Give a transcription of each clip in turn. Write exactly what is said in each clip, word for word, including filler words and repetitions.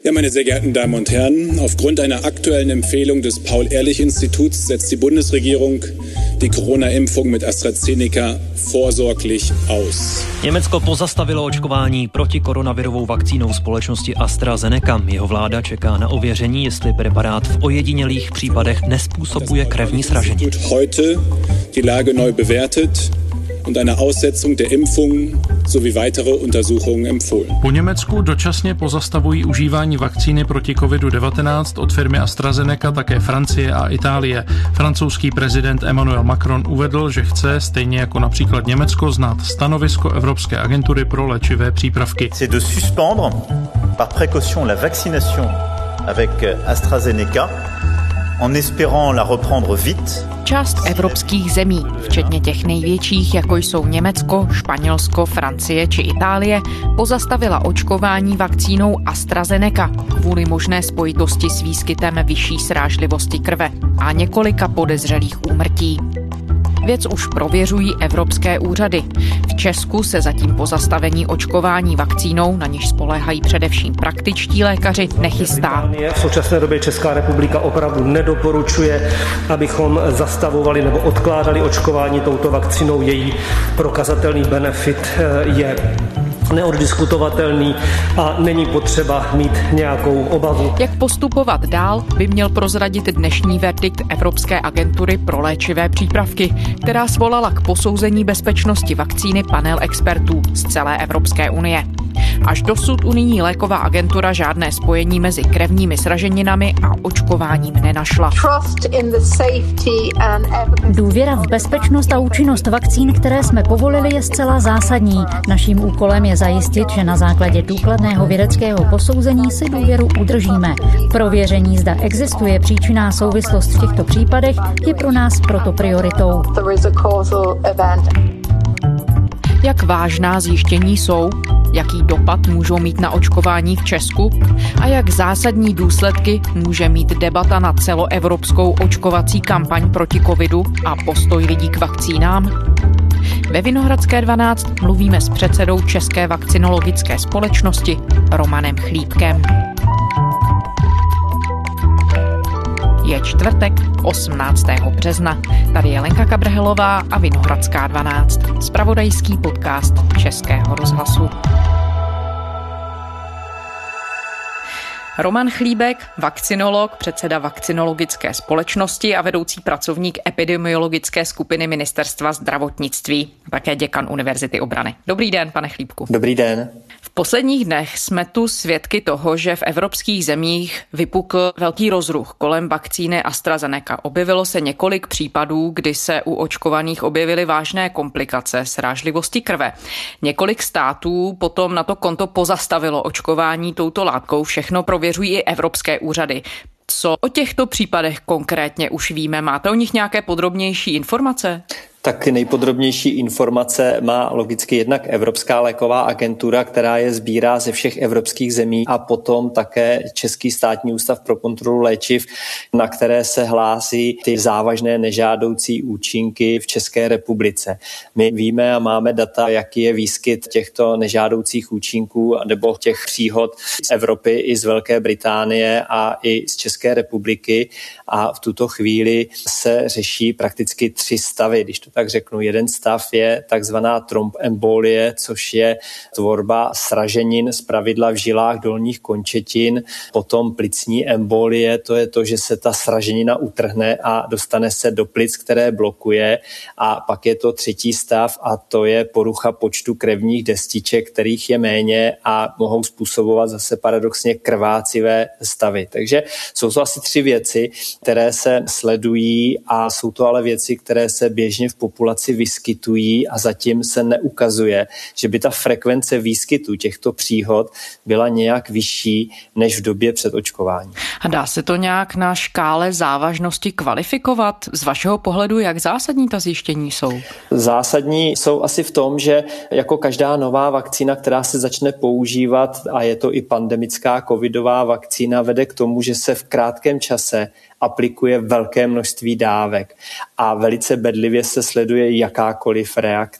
Ja, meine sehr geehrten Damen und Herren, aufgrund einer aktuellen Empfehlung des Paul-Ehrlich-Instituts setzt die Bundesregierung die Corona-Impfung mit AstraZeneca vorsorglich aus. Německo pozastavilo očkování proti koronavirovou vakcínou společnosti AstraZeneca. Jeho vláda čeká na ověření, jestli preparát v ojedinělých případech nespůsobuje krevní sražení. Heute die Lage neu bewertet und eine Aussetzung der Impfung sowie weitere Untersuchungen empfohlen. Po Německu dočasně pozastavují užívání vakcíny proti kovidu devatenáct od firmy AstraZeneca také Francie a Itálie. Francouzský prezident Emmanuel Macron uvedl, že chce, stejně jako například Německo, znát stanovisko Evropské agentury pro léčivé přípravky. C'est de suspendre par précaution la vaccination avec AstraZeneca en espérant la reprendre vite. Část evropských zemí, včetně těch největších, jako jsou Německo, Španělsko, Francie či Itálie, pozastavila očkování vakcínou AstraZeneca kvůli možné spojitosti s výskytem vyšší srážlivosti krve a několika podezřelých úmrtí. Věc už prověřují evropské úřady. V Česku se zatím pozastavení očkování vakcínou, na níž spoléhají především praktičtí lékaři, nechystá. V současné době Česká republika opravdu nedoporučuje, abychom zastavovali nebo odkládali očkování touto vakcínou. Její prokazatelný benefit je neoddiskutovatelný a není potřeba mít nějakou obavu. Jak postupovat dál, by měl prozradit dnešní verdikt Evropské agentury pro léčivé přípravky, která svolala k posouzení bezpečnosti vakcíny panel expertů z celé Evropské unie. Až dosud unijní léková agentura žádné spojení mezi krevními sraženinami a očkováním nenašla. Důvěra v bezpečnost a účinnost vakcín, které jsme povolili, je zcela zásadní. Naším úkolem je zajistit, že na základě důkladného vědeckého posouzení si důvěru udržíme. Prověření, zda existuje příčinná souvislost v těchto případech, je pro nás proto prioritou. Jak vážná zjištění jsou, jaký dopad můžou mít na očkování v Česku a jak zásadní důsledky může mít debata na celoevropskou očkovací kampaň proti covidu a postoj lidí k vakcínám? Ve Vinohradské dvanáct mluvíme s předsedou České vakcinologické společnosti Romanem Chlípkem. Je čtvrtek, osmnáctého března. Tady je Lenka Kabrhelová a Vinohradská dvanáct, zpravodajský podcast Českého rozhlasu. Roman Chlíbek, vakcinolog, předseda vakcinologické společnosti a vedoucí pracovník epidemiologické skupiny Ministerstva zdravotnictví, také děkan Univerzity obrany. Dobrý den, pane Chlíbku. Dobrý den. V posledních dnech jsme tu svědky toho, že v evropských zemích vypukl velký rozruch kolem vakcíny AstraZeneca. Objevilo se několik případů, kdy se u očkovaných objevily vážné komplikace srážlivosti krve. Několik států potom na to konto pozastavilo očkování touto látkou. Všechno prověřují i evropské úřady. Co o těchto případech konkrétně už víme? Máte o nich nějaké podrobnější informace? Tak nejpodrobnější informace má logicky jednak Evropská léková agentura, která je sbírá ze všech evropských zemí, a potom také Český státní ústav pro kontrolu léčiv, na které se hlásí ty závažné nežádoucí účinky v České republice. My víme a máme data, jaký je výskyt těchto nežádoucích účinků nebo těch příhod z Evropy i z Velké Británie a i z České republiky, a v tuto chvíli se řeší prakticky tři stavy, když to tak řeknu. Jeden stav je takzvaná trombembolie, což je tvorba sraženin zpravidla v žilách dolních končetin. Potom plicní embolie, to je to, že se ta sraženina utrhne a dostane se do plic, které blokuje. A pak je to třetí stav, a to je porucha počtu krevních destiček, kterých je méně a mohou způsobovat zase paradoxně krvácivé stavy. Takže jsou to asi tři věci, které se sledují, a jsou to ale věci, které se běžně v populaci vyskytují, a zatím se neukazuje, že by ta frekvence výskytu těchto příhod byla nějak vyšší než v době před očkováním. A dá se to nějak na škále závažnosti kvalifikovat? Z vašeho pohledu, jak zásadní ta zjištění jsou? Zásadní jsou asi v tom, že jako každá nová vakcína, která se začne používat, a je to i pandemická covidová vakcína, vede k tomu, že se v krátkém čase aplikuje velké množství dávek a velice bedlivě se sleduje jakákoliv reakce.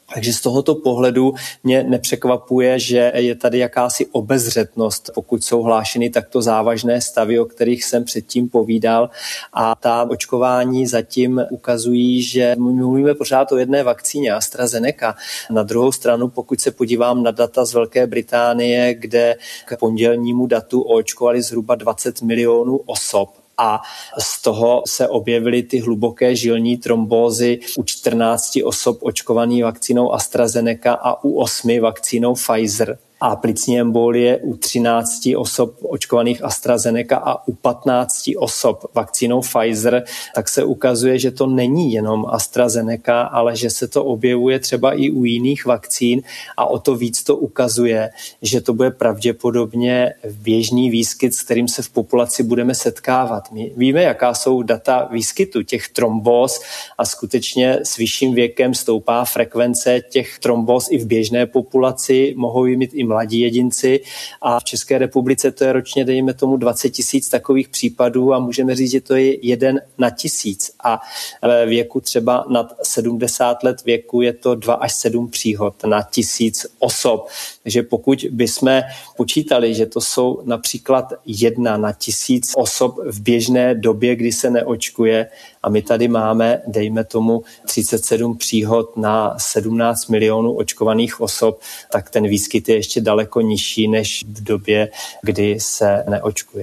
Takže z tohoto pohledu mě nepřekvapuje, že je tady jakási obezřetnost, pokud jsou hlášeny takto závažné stavy, o kterých jsem předtím povídal. A ta očkování zatím ukazují, že mluvíme pořád o jedné vakcíně AstraZeneca. Na druhou stranu, pokud se podívám na data z Velké Británie, kde k pondělnímu datu očkovali zhruba dvacet milionů osob, a z toho se objevily ty hluboké žilní trombózy u čtrnácti osob očkovaných vakcínou AstraZeneca a u osmi vakcínou Pfizer. A plicní embolie u třinácti osob očkovaných AstraZeneca a u patnácti osob vakcínou Pfizer, tak se ukazuje, že to není jenom AstraZeneca, ale že se to objevuje třeba i u jiných vakcín a o to víc to ukazuje, že to bude pravděpodobně běžný výskyt, s kterým se v populaci budeme setkávat. My víme, jaká jsou data výskytu těch trombóz a skutečně s vyšším věkem stoupá frekvence těch trombóz i v běžné populaci, mohou jim mít i mladí jedinci a v České republice to je ročně, dejme tomu, dvacet tisíc takových případů a můžeme říct, že to je jeden na tisíc a ve věku třeba nad sedmdesát let věku je to dva až sedm příhod na tisíc osob. Takže pokud bychom počítali, že to jsou například jedna na tisíc osob v běžné době, kdy se neočkuje a my tady máme, dejme tomu, třicet sedm příhod na sedmnáct milionů očkovaných osob, tak ten výskyt je ještě daleko nižší než v době, kdy se neočkuje.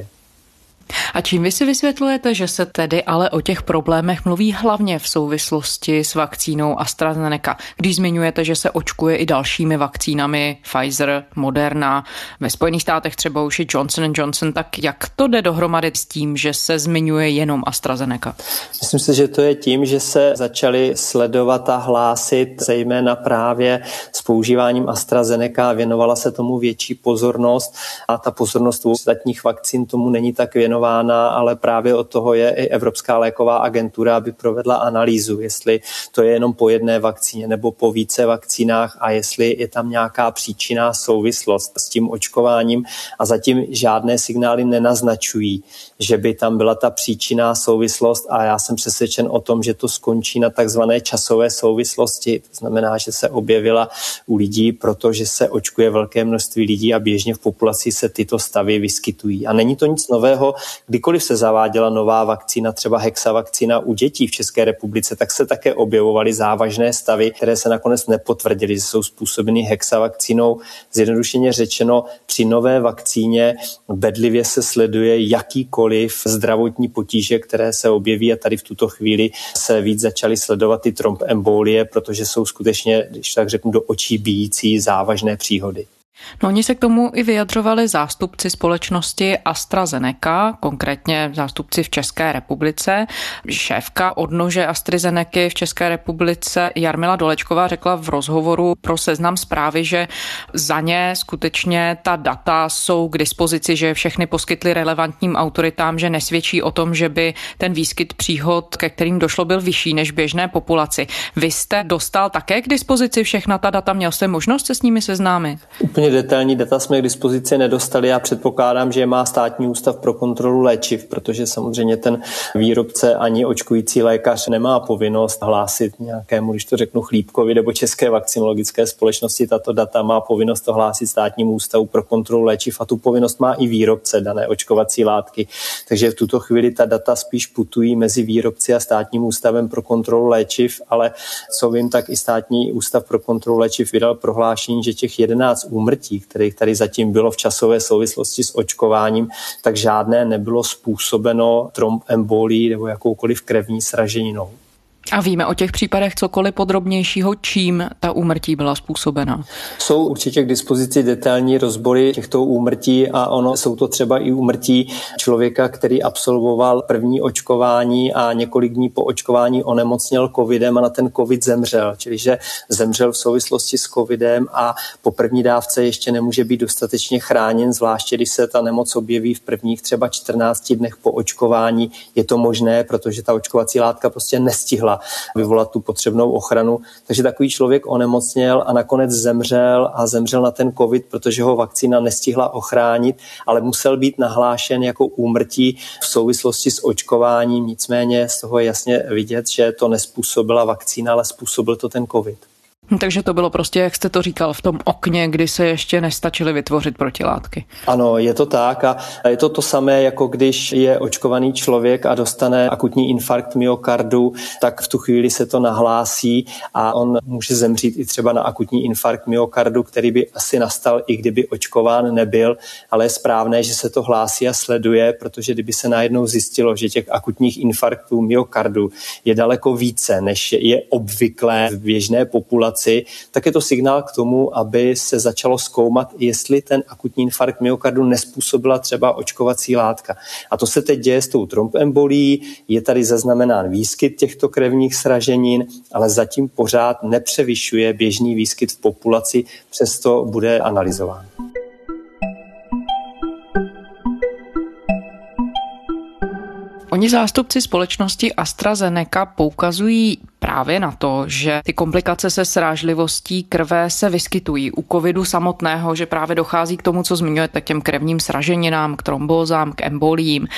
A čím vy si vysvětlujete, že se tedy ale o těch problémech mluví hlavně v souvislosti s vakcínou AstraZeneca? Když zmiňujete, že se očkuje i dalšími vakcínami Pfizer, Moderna, ve Spojených státech třeba už i Johnson and Johnson, tak jak to jde dohromady s tím, že se zmiňuje jenom AstraZeneca? Myslím si, že to je tím, že se začali sledovat a hlásit zejména právě s používáním AstraZeneca, věnovala se tomu větší pozornost a ta pozornost u ostatních vakcín tomu není tak věnována, ale právě od toho je i Evropská léková agentura, aby provedla analýzu, jestli to je jenom po jedné vakcíně nebo po více vakcínách a jestli je tam nějaká příčinná souvislost s tím očkováním a zatím žádné signály nenaznačují, že by tam byla ta příčinná souvislost a já jsem přesvědčen o tom, že to skončí na takzvané časové souvislosti. To znamená, že se objevila u lidí, protože se očkuje velké množství lidí a běžně v populaci se tyto stavy vyskytují. A není to nic nového, kdykoliv se zaváděla nová vakcína, třeba hexavakcína u dětí v České republice, tak se také objevovaly závažné stavy, které se nakonec nepotvrdily, že jsou způsobeny hexavakcínou. Zjednodušeně řečeno, při nové vakcíně bedlivě se sleduje jakýkoliv zdravotní potíže, které se objeví a tady v tuto chvíli se víc začaly sledovat ty trombembolie, protože jsou skutečně, když tak řeknu, do očí bijící závažné příhody. No, oni se k tomu i vyjadřovali zástupci společnosti AstraZeneca, konkrétně zástupci v České republice. Šéfka odnože AstraZenecy v České republice Jarmila Dolečková řekla v rozhovoru pro Seznam Zprávy, že za ně skutečně ta data jsou k dispozici, že všechny poskytly relevantním autoritám, že nesvědčí o tom, že by ten výskyt příhod, ke kterým došlo, byl vyšší než běžné populaci. Vy jste dostal také k dispozici všechna ta data, měl jste možnost se s nimi seznámit? Úplně detailní data jsme k dispozici nedostali. Já předpokládám, že má Státní ústav pro kontrolu léčiv, protože samozřejmě ten výrobce ani očkující lékař nemá povinnost hlásit nějakému, když to řeknu, Chlípkovi nebo České vakcinologické společnosti. Tato data má povinnost to hlásit Státnímu ústavu pro kontrolu léčiv a tu povinnost má i výrobce dané očkovací látky. Takže v tuto chvíli ta data spíš putují mezi výrobci a Státním ústavem pro kontrolu léčiv, ale co vím, tak i Státní ústav pro kontrolu léčiv vydal prohlášení, že těch jedenáct úmrtí, kterých tady zatím bylo v časové souvislosti s očkováním, tak žádné nebylo způsobeno trombembolií nebo jakoukoliv krevní sraženinou. A víme o těch případech cokoliv podrobnějšího, čím ta úmrtí byla způsobena? Jsou určitě k dispozici detailní rozbory těchto úmrtí a ono jsou to třeba i úmrtí člověka, který absolvoval první očkování a několik dní po očkování onemocněl covidem a na ten covid zemřel. Čili že zemřel v souvislosti s covidem a po první dávce ještě nemůže být dostatečně chráněn, zvláště když se ta nemoc objeví v prvních třeba čtrnácti dnech po očkování. Je to možné, protože ta očkovací látka prostě nestihla vyvolat tu potřebnou ochranu. Takže takový člověk onemocněl a nakonec zemřel a zemřel na ten covid, protože ho vakcína nestihla ochránit, ale musel být nahlášen jako úmrtí v souvislosti s očkováním. Nicméně z toho je jasně vidět, že to nespůsobila vakcína, ale způsobil to ten covid. Takže to bylo prostě, jak jste to říkal, v tom okně, kdy se ještě nestačily vytvořit protilátky. Ano, je to tak a je to to samé, jako když je očkovaný člověk a dostane akutní infarkt myokardu, tak v tu chvíli se to nahlásí a on může zemřít i třeba na akutní infarkt myokardu, který by asi nastal, i kdyby očkován nebyl, ale je správné, že se to hlásí a sleduje, protože kdyby se najednou zjistilo, že těch akutních infarktů myokardu je daleko více, než je obvyklé v běžné populaci, tak je to signál k tomu, aby se začalo zkoumat, jestli ten akutní infarkt myokardu nezpůsobila třeba očkovací látka. A to se teď děje s tou trombembolií, je tady zaznamenán výskyt těchto krevních sraženin, ale zatím pořád nepřevyšuje běžný výskyt v populaci, přesto bude analyzován. Oni zástupci společnosti AstraZeneca poukazují právě na to, že ty komplikace se srážlivostí krve se vyskytují u covidu samotného, že právě dochází k tomu, co zmiňujete, k těm krevním sraženinám, k trombózám, k emboliím.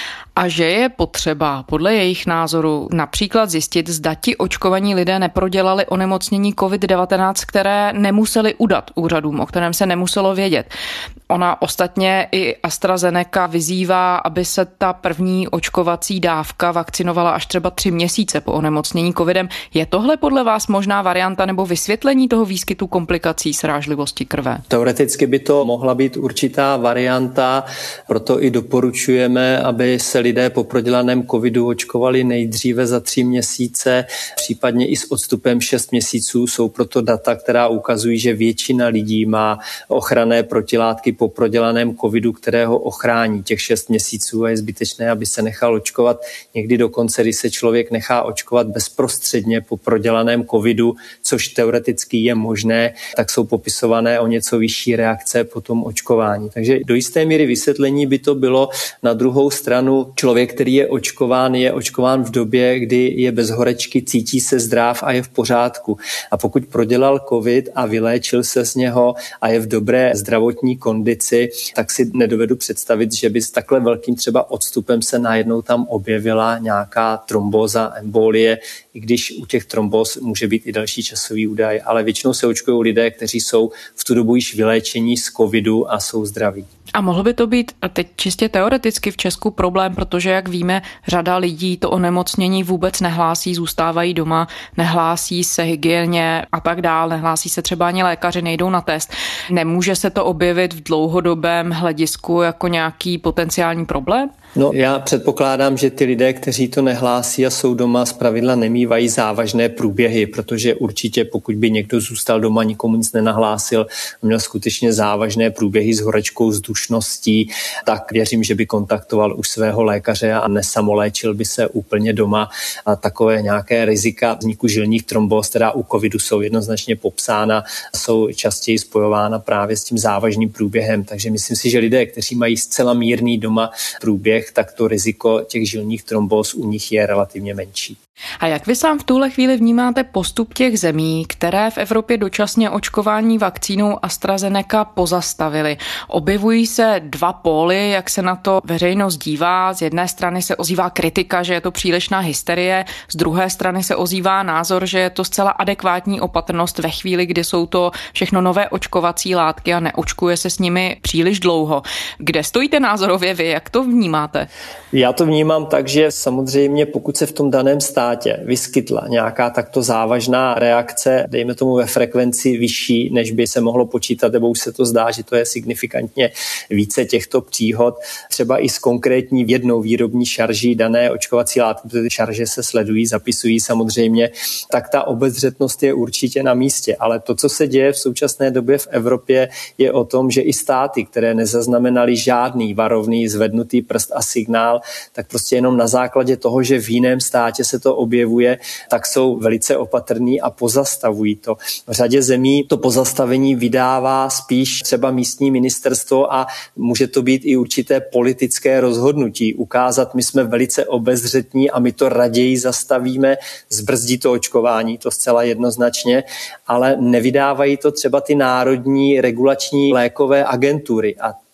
A že je potřeba podle jejich názoru například zjistit, zda ti očkovaní lidé neprodělali onemocnění covid devatenáct, které nemuseli udat úřadům, o kterém se nemuselo vědět. Ona ostatně i AstraZeneca vyzývá, aby se ta první očkovací dávka vakcinovala až třeba tři měsíce po onemocnění covidem. Je tohle podle vás možná varianta nebo vysvětlení toho výskytu komplikací srážlivosti krve? Teoreticky by to mohla být určitá varianta, proto i doporučujeme, aby se lidé po prodělaném covidu očkovali nejdříve za tři měsíce, případně i s odstupem šest měsíců. Jsou proto data, která ukazují, že většina lidí má ochranné protilátky po prodělaném covidu, které ho ochrání těch šest měsíců a je zbytečné, aby se nechal očkovat. Někdy dokonce, když se člověk nechá očkovat bezprostředně po prodělaném covidu, což teoreticky je možné, tak jsou popisované o něco vyšší reakce po tom očkování. Takže do jisté míry vysvětlení by to bylo. Na druhou stranu člověk, který je očkován, je očkován v době, kdy je bez horečky, cítí se zdrav a je v pořádku. A pokud prodělal covid a vyléčil se z něho a je v dobré zdravotní kondici, tak si nedovedu představit, že by s takhle velkým třeba odstupem se najednou tam objevila nějaká trombóza, embolie, i když u těch trombóz může být i další časový údaj, ale většinou se očkují lidé, kteří jsou v tu dobu již vyléčení z covidu a jsou zdraví. A mohlo by to být teď čistě teoreticky v Česku problém, protože jak víme, řada lidí to onemocnění vůbec nehlásí, zůstávají doma, nehlásí se hygieně a tak dál, nehlásí se třeba ani lékaři, nejdou na test. Nemůže se to objevit v dlouhodobém hledisku jako nějaký potenciální problém? No, já předpokládám, že ty lidé, kteří to nehlásí a jsou doma, zpravidla nemývají závažné průběhy, protože určitě pokud by někdo zůstal doma, nikomu nic nenahlásil, měl skutečně závažné průběhy s horečkou, s dušností, tak věřím, že by kontaktoval už svého lékaře a nesamoléčil by se úplně doma. A takové nějaké rizika vzniku žilních trombóz, která u covidu jsou jednoznačně popsána, jsou častěji spojována právě s tím závažným průběhem. Takže myslím si, že lidé, kteří mají zcela mírný doma průběh, tak to riziko těch žilních trombóz u nich je relativně menší. A jak vy sám v tuhle chvíli vnímáte postup těch zemí, které v Evropě dočasně očkování vakcínou AstraZeneca pozastavily? Objevují se dva póly, jak se na to veřejnost dívá. Z jedné strany se ozývá kritika, že je to přílišná hysterie, z druhé strany se ozývá názor, že je to zcela adekvátní opatrnost ve chvíli, kdy jsou to všechno nové očkovací látky a neočkuje se s nimi příliš dlouho. Kde stojíte názorově vy, jak to vnímáte? Já to vnímám tak, že samozřejmě pokud se v tom daném státě vyskytla nějaká takto závažná reakce, dejme tomu ve frekvenci vyšší, než by se mohlo počítat, nebo už se to zdá, že to je signifikantně více těchto příhod, třeba i s konkrétní jednou výrobní šarží dané očkovací látky, protože šarže se sledují, zapisují samozřejmě, tak ta obezřetnost je určitě na místě. Ale to, co se děje v současné době v Evropě, je o tom, že i státy, které nezaznamenaly žádný varovný zvednutý prst a signál, tak prostě jenom na základě toho, že v jiném státě se to objevuje, tak jsou velice opatrní a pozastavují to. V řadě zemí to pozastavení vydává spíš třeba místní ministerstvo a může to být i určité politické rozhodnutí. Ukázat, my jsme velice obezřetní a my to raději zastavíme, zbrzdí to očkování, to zcela jednoznačně, ale nevydávají to třeba ty národní regulační lékové agentury a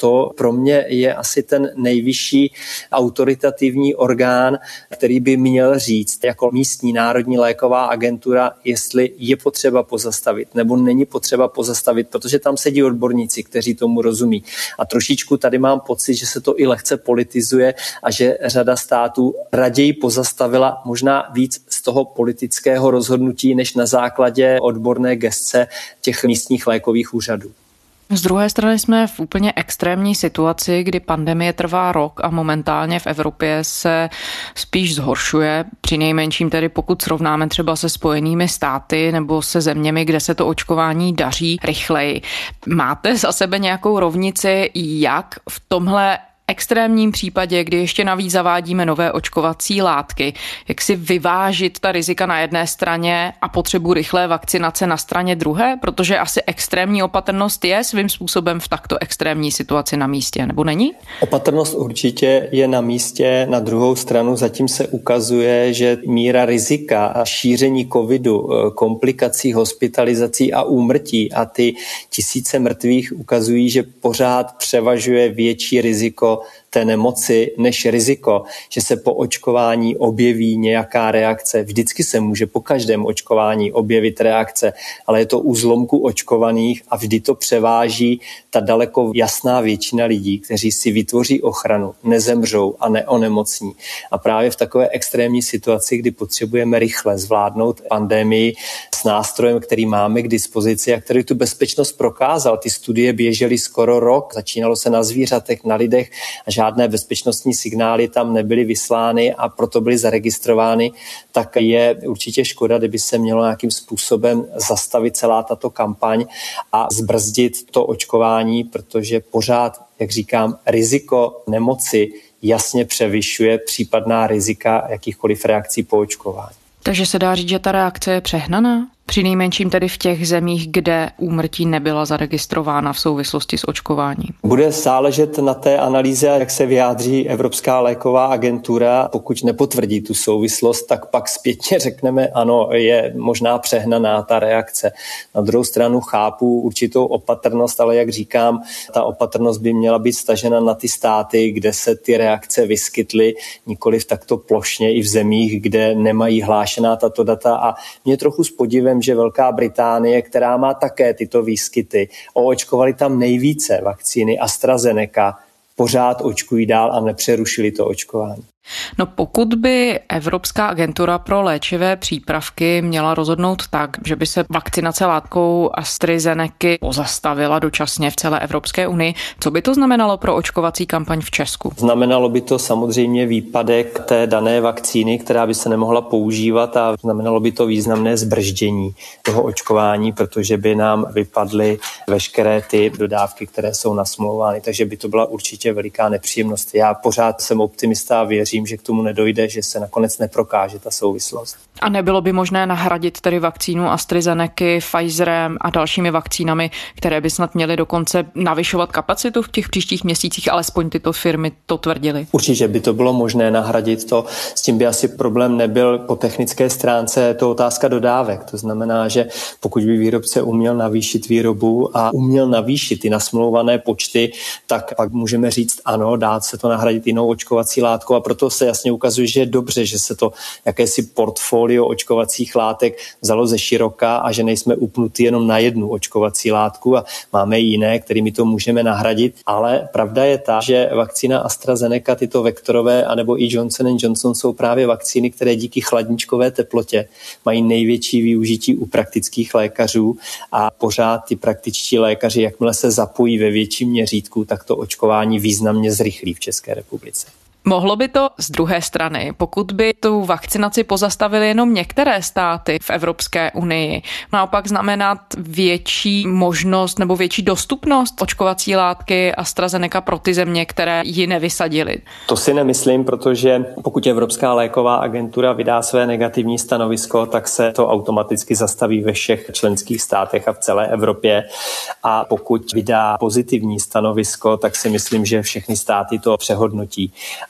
to pro mě je asi ten nejvyšší autoritativní orgán, který by měl říct jako místní národní léková agentura, jestli je potřeba pozastavit nebo není potřeba pozastavit, protože tam sedí odborníci, kteří tomu rozumí. A trošičku tady mám pocit, že se to i lehce politizuje a že řada států raději pozastavila možná víc z toho politického rozhodnutí, než na základě odborné gesce těch místních lékových úřadů. Z druhé strany jsme v úplně extrémní situaci, kdy pandemie trvá rok a momentálně v Evropě se spíš zhoršuje, přinejmenším tedy pokud srovnáme třeba se Spojenými státy nebo se zeměmi, kde se to očkování daří rychleji. Máte za sebe nějakou rovnici, jak v tomhle extrémním případě, kdy ještě navíc zavádíme nové očkovací látky, jak si vyvážit ta rizika na jedné straně a potřebu rychlé vakcinace na straně druhé, protože asi extrémní opatrnost je svým způsobem v takto extrémní situaci na místě, nebo není? Opatrnost určitě je na místě, na druhou stranu zatím se ukazuje, že míra rizika a šíření covidu, komplikací, hospitalizací a úmrtí a ty tisíce mrtvých ukazují, že pořád převažuje větší riziko té nemoci než riziko, že se po očkování objeví nějaká reakce. Vždycky se může po každém očkování objevit reakce, ale je to u zlomku očkovaných a vždy to převáží ta daleko jasná většina lidí, kteří si vytvoří ochranu, nezemřou a neonemocní. A právě v takové extrémní situaci, kdy potřebujeme rychle zvládnout pandemii s nástrojem, který máme k dispozici a který tu bezpečnost prokázal. Ty studie běžely skoro rok, začínalo se na zvířatech, na lidech a žádné bezpečnostní signály tam nebyly vyslány a proto byly zaregistrovány, tak je určitě škoda, kdyby se mělo nějakým způsobem zastavit celá tato kampaň a zbrzdit to očkování, protože pořád, jak říkám, riziko nemoci jasně převyšuje případná rizika jakýchkoliv reakcí po očkování. Takže se dá říct, že ta reakce je přehnaná? Přinejmenším tedy v těch zemích, kde úmrtí nebyla zaregistrována v souvislosti s očkováním. Bude záležet na té analýze, jak se vyjádří Evropská léková agentura. Pokud nepotvrdí tu souvislost, tak pak zpětně řekneme, ano, je možná přehnaná ta reakce. Na druhou stranu chápu určitou opatrnost, ale jak říkám, ta opatrnost by měla být stažena na ty státy, kde se ty reakce vyskytly, nikoliv takto plošně i v zemích, kde nemají hlášená tato data. A mě trochu s podivem, že Velká Británie, která má také tyto výskyty, oočkovali tam nejvíce vakcíny AstraZeneca, pořád očkují dál a nepřerušili to očkování. No pokud by Evropská agentura pro léčivé přípravky měla rozhodnout tak, že by se vakcinace látkou AstraZeneca pozastavila dočasně v celé Evropské unii, co by to znamenalo pro očkovací kampaň v Česku? Znamenalo by to samozřejmě výpadek té dané vakcíny, která by se nemohla používat a znamenalo by to významné zbrždění toho očkování, protože by nám vypadly veškeré ty dodávky, které jsou nasmlouvány, takže by to byla určitě veliká nepříjemnost. Já pořád jsem optimista a věřím, že k tomu nedojde, že se nakonec neprokáže ta souvislost. A nebylo by možné nahradit tedy vakcínu AstraZeneca, Pfizerem a dalšími vakcínami, které by snad měly dokonce navyšovat kapacitu v těch příštích měsících, alespoň tyto firmy to tvrdily? Určitě by to bylo možné nahradit to, s tím by asi problém nebyl po technické stránce, je to otázka dodávek. To znamená, že pokud by výrobce uměl navýšit výrobu a uměl navýšit ty nasmlouvané počty, tak pak můžeme říct ano, dá se to nahradit jinou očkovací látkou a proto se jasně ukazuje, že je dobře, že se to jakési portfolio očkovacích látek vzalo ze široka a že nejsme upnutí jenom na jednu očkovací látku a máme jiné, kterými to můžeme nahradit. Ale pravda je ta, že vakcína AstraZeneca, tyto vektorové, anebo i Johnson and Johnson jsou právě vakcíny, které díky chladničkové teplotě mají největší využití u praktických lékařů a pořád ty praktičtí lékaři, jakmile se zapojí ve větším měřítku, tak to očkování významně zrychlí v České republice. Mohlo by to z druhé strany, pokud by tu vakcinaci pozastavily jenom některé státy v Evropské unii, naopak znamenat větší možnost nebo větší dostupnost očkovací látky AstraZeneca pro ty země, které ji nevysadily? To si nemyslím, protože pokud Evropská léková agentura vydá své negativní stanovisko, tak se to automaticky zastaví ve všech členských státech a v celé Evropě. A pokud vydá pozitivní stanovisko, tak si myslím, že všechny státy to přehodnotí.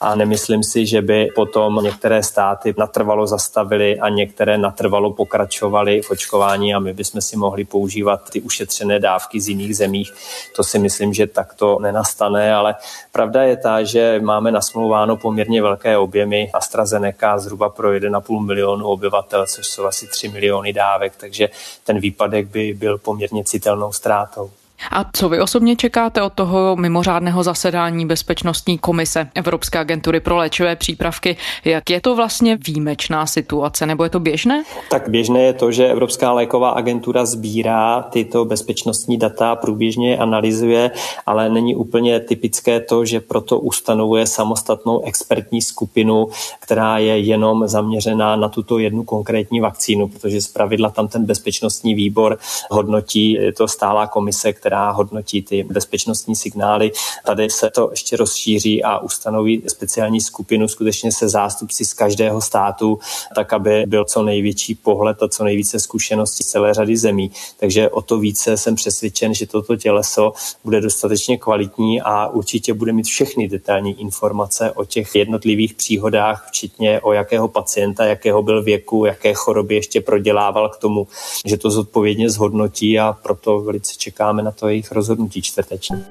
a nemyslím si, že by potom některé státy natrvalo zastavily a některé natrvalo pokračovaly v očkování a my bychom si mohli používat ty ušetřené dávky z jiných zemích. To si myslím, že takto nenastane, ale pravda je ta, že máme nasmlouváno poměrně velké objemy AstraZeneca zhruba pro jeden a půl milionu obyvatel, což jsou asi tři miliony dávek, takže ten výpadek by byl poměrně citelnou ztrátou. A co vy osobně čekáte od toho mimořádného zasedání Bezpečnostní komise Evropské agentury pro léčivé přípravky? Jak je to vlastně výjimečná situace, nebo je to běžné? Tak běžné je to, že Evropská léková agentura sbírá tyto bezpečnostní data, průběžně je analyzuje, ale není úplně typické to, že proto ustanovuje samostatnou expertní skupinu, která je jenom zaměřená na tuto jednu konkrétní vakcínu, protože zpravidla tam ten bezpečnostní výbor hodnotí, je to stálá komise, která která hodnotí ty bezpečnostní signály. Tady se to ještě rozšíří a ustanoví speciální skupinu skutečně se zástupci z každého státu, tak aby byl co největší pohled a co nejvíce zkušeností z celé řady zemí. Takže o to více jsem přesvědčen, že toto těleso bude dostatečně kvalitní a určitě bude mít všechny detailní informace o těch jednotlivých příhodách, včetně o jakého pacienta, jakého byl věku, jaké choroby ještě prodělával k tomu, že to zodpovědně zhodnotí a proto velice čekáme na to jejich rozhodnutí čtvrteční.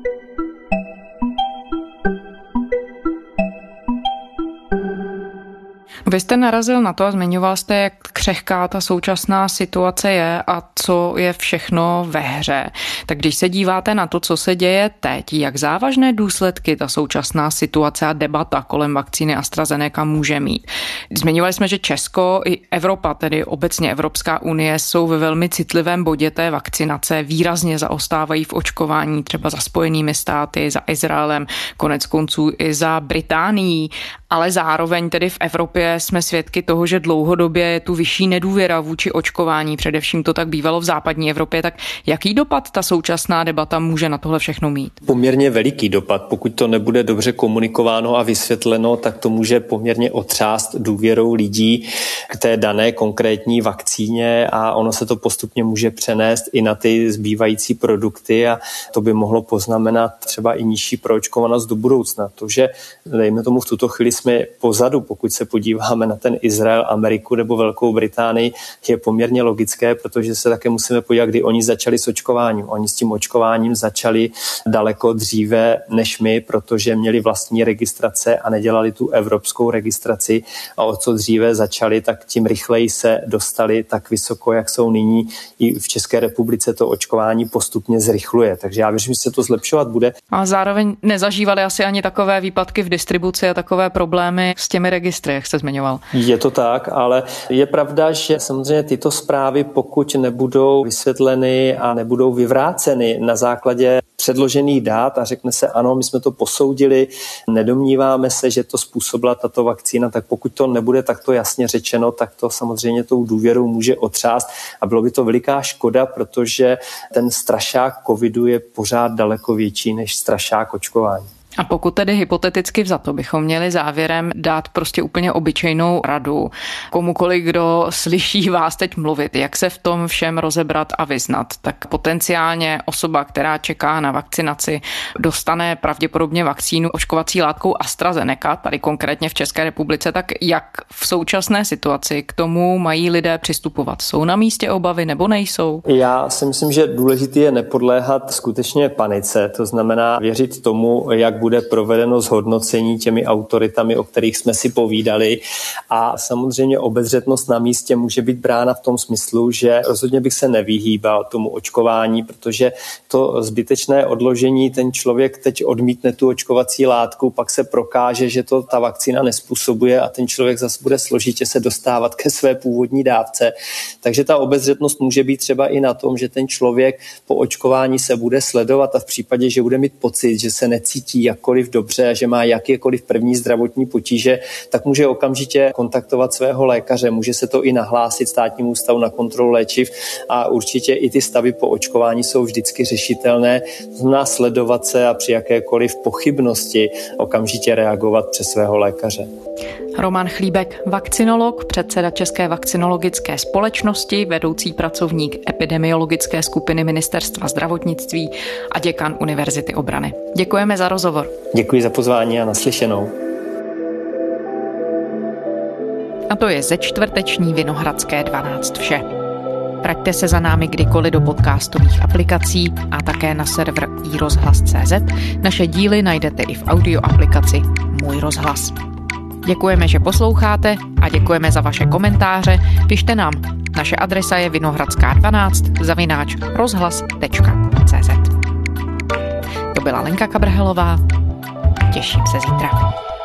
Vy jste narazil na to a zmiňoval jste, jak křehká ta současná situace je a co je všechno ve hře. Tak když se díváte na to, co se děje teď, jak závažné důsledky ta současná situace a debata kolem vakcíny AstraZeneca může mít? Zmiňovali jsme, že Česko i Evropa, tedy obecně Evropská unie, jsou ve velmi citlivém bodě té vakcinace, výrazně zaostávají v očkování třeba za Spojenými státy, za Izraelem, konec konců i za Británií, ale zároveň tedy v Evropě jsme svědky toho, že dlouhodobě je tu vyšší nedůvěra vůči očkování, především to tak bývalo v západní Evropě, tak jaký dopad ta současná debata může na tohle všechno mít? Poměrně veliký dopad, pokud to nebude dobře komunikováno a vysvětleno, tak to může poměrně otřást důvěrou lidí k té dané konkrétní vakcíně a ono se to postupně může přenést i na ty zbývající produkty a to by mohlo poznamenat třeba i nižší proočkovanost do budoucna. To, že dejme tomu v tuto chvíli jsme pozadu, pokud se podíváme na ten Izrael, Ameriku nebo Velkou Británii, je poměrně logické, protože se také musíme podívat, kdy oni začali s očkováním. Oni s tím očkováním začali daleko dříve než my, protože měli vlastní registrace a nedělali tu evropskou registraci a o co dříve začali, tak tím rychleji se dostali tak vysoko, jak jsou nyní. I v České republice to očkování postupně zrychluje, takže já věřím, že se to zlepšovat bude. A zároveň nezažívali asi ani takové výpadky v distribuci a takové problémy s těmi registry, jak jste zmiňoval. Je to tak, ale je pravda, že samozřejmě tyto zprávy, pokud nebudou vysvětleny a nebudou vyvráceny na základě předložených dát a řekne se ano, my jsme to posoudili, nedomníváme se, že to způsobila tato vakcína, tak pokud to nebude takto jasně řečeno, tak to samozřejmě tou důvěrou může otřást a bylo by to veliká škoda, protože ten strašák covidu je pořád daleko větší než strašák očkování. A pokud tedy hypoteticky vzato bychom měli závěrem dát prostě úplně obyčejnou radu komukoliv, kdo slyší vás teď mluvit, jak se v tom všem rozebrat a vyznat, tak potenciálně osoba, která čeká na vakcinaci, dostane pravděpodobně vakcínu očkovací látkou AstraZeneca, tady konkrétně v České republice, tak jak v současné situaci k tomu mají lidé přistupovat? Jsou na místě obavy nebo nejsou? Já si myslím, že důležité je nepodléhat skutečně panice, to znamená věřit tomu, jak bude provedeno zhodnocení těmi autoritami, o kterých jsme si povídali a samozřejmě obezřetnost na místě může být brána v tom smyslu, že rozhodně bych se nevyhýbal tomu očkování, protože to zbytečné odložení, ten člověk teď odmítne tu očkovací látku, pak se prokáže, že to ta vakcína nezpůsobuje a ten člověk zase bude složitě se dostávat ke své původní dávce. Takže ta obezřetnost může být třeba i na tom, že ten člověk po očkování se bude sledovat a v případě, že bude mít pocit, že se necítí jakkoliv dobře a že má jakékoliv první zdravotní potíže, tak může okamžitě kontaktovat svého lékaře, může se to i nahlásit Státnímu ústavu na kontrolu léčiv a určitě i ty stavy po očkování jsou vždycky řešitelné, znamená sledovat se a při jakékoliv pochybnosti okamžitě reagovat přes svého lékaře. Roman Chlíbek, vakcinolog, předseda České vakcinologické společnosti, vedoucí pracovník epidemiologické skupiny Ministerstva zdravotnictví a děkan Univerzity obrany. Děkujeme za rozhovor. Děkuji za pozvání a naslyšenou. A to je ze čtvrteční Vinohradské dvanáct vše. Vraťte se za námi kdykoliv do podcastových aplikací a také na server i rozhlas tečka cé zet. Naše díly najdete i v audio aplikaci Můj rozhlas. Děkujeme, že posloucháte a děkujeme za vaše komentáře. Pište nám. Naše adresa je vinohradská dvanáct zavináč rozhlas tečka cé zet. To byla Lenka Kabrhelová. Těším se zítra.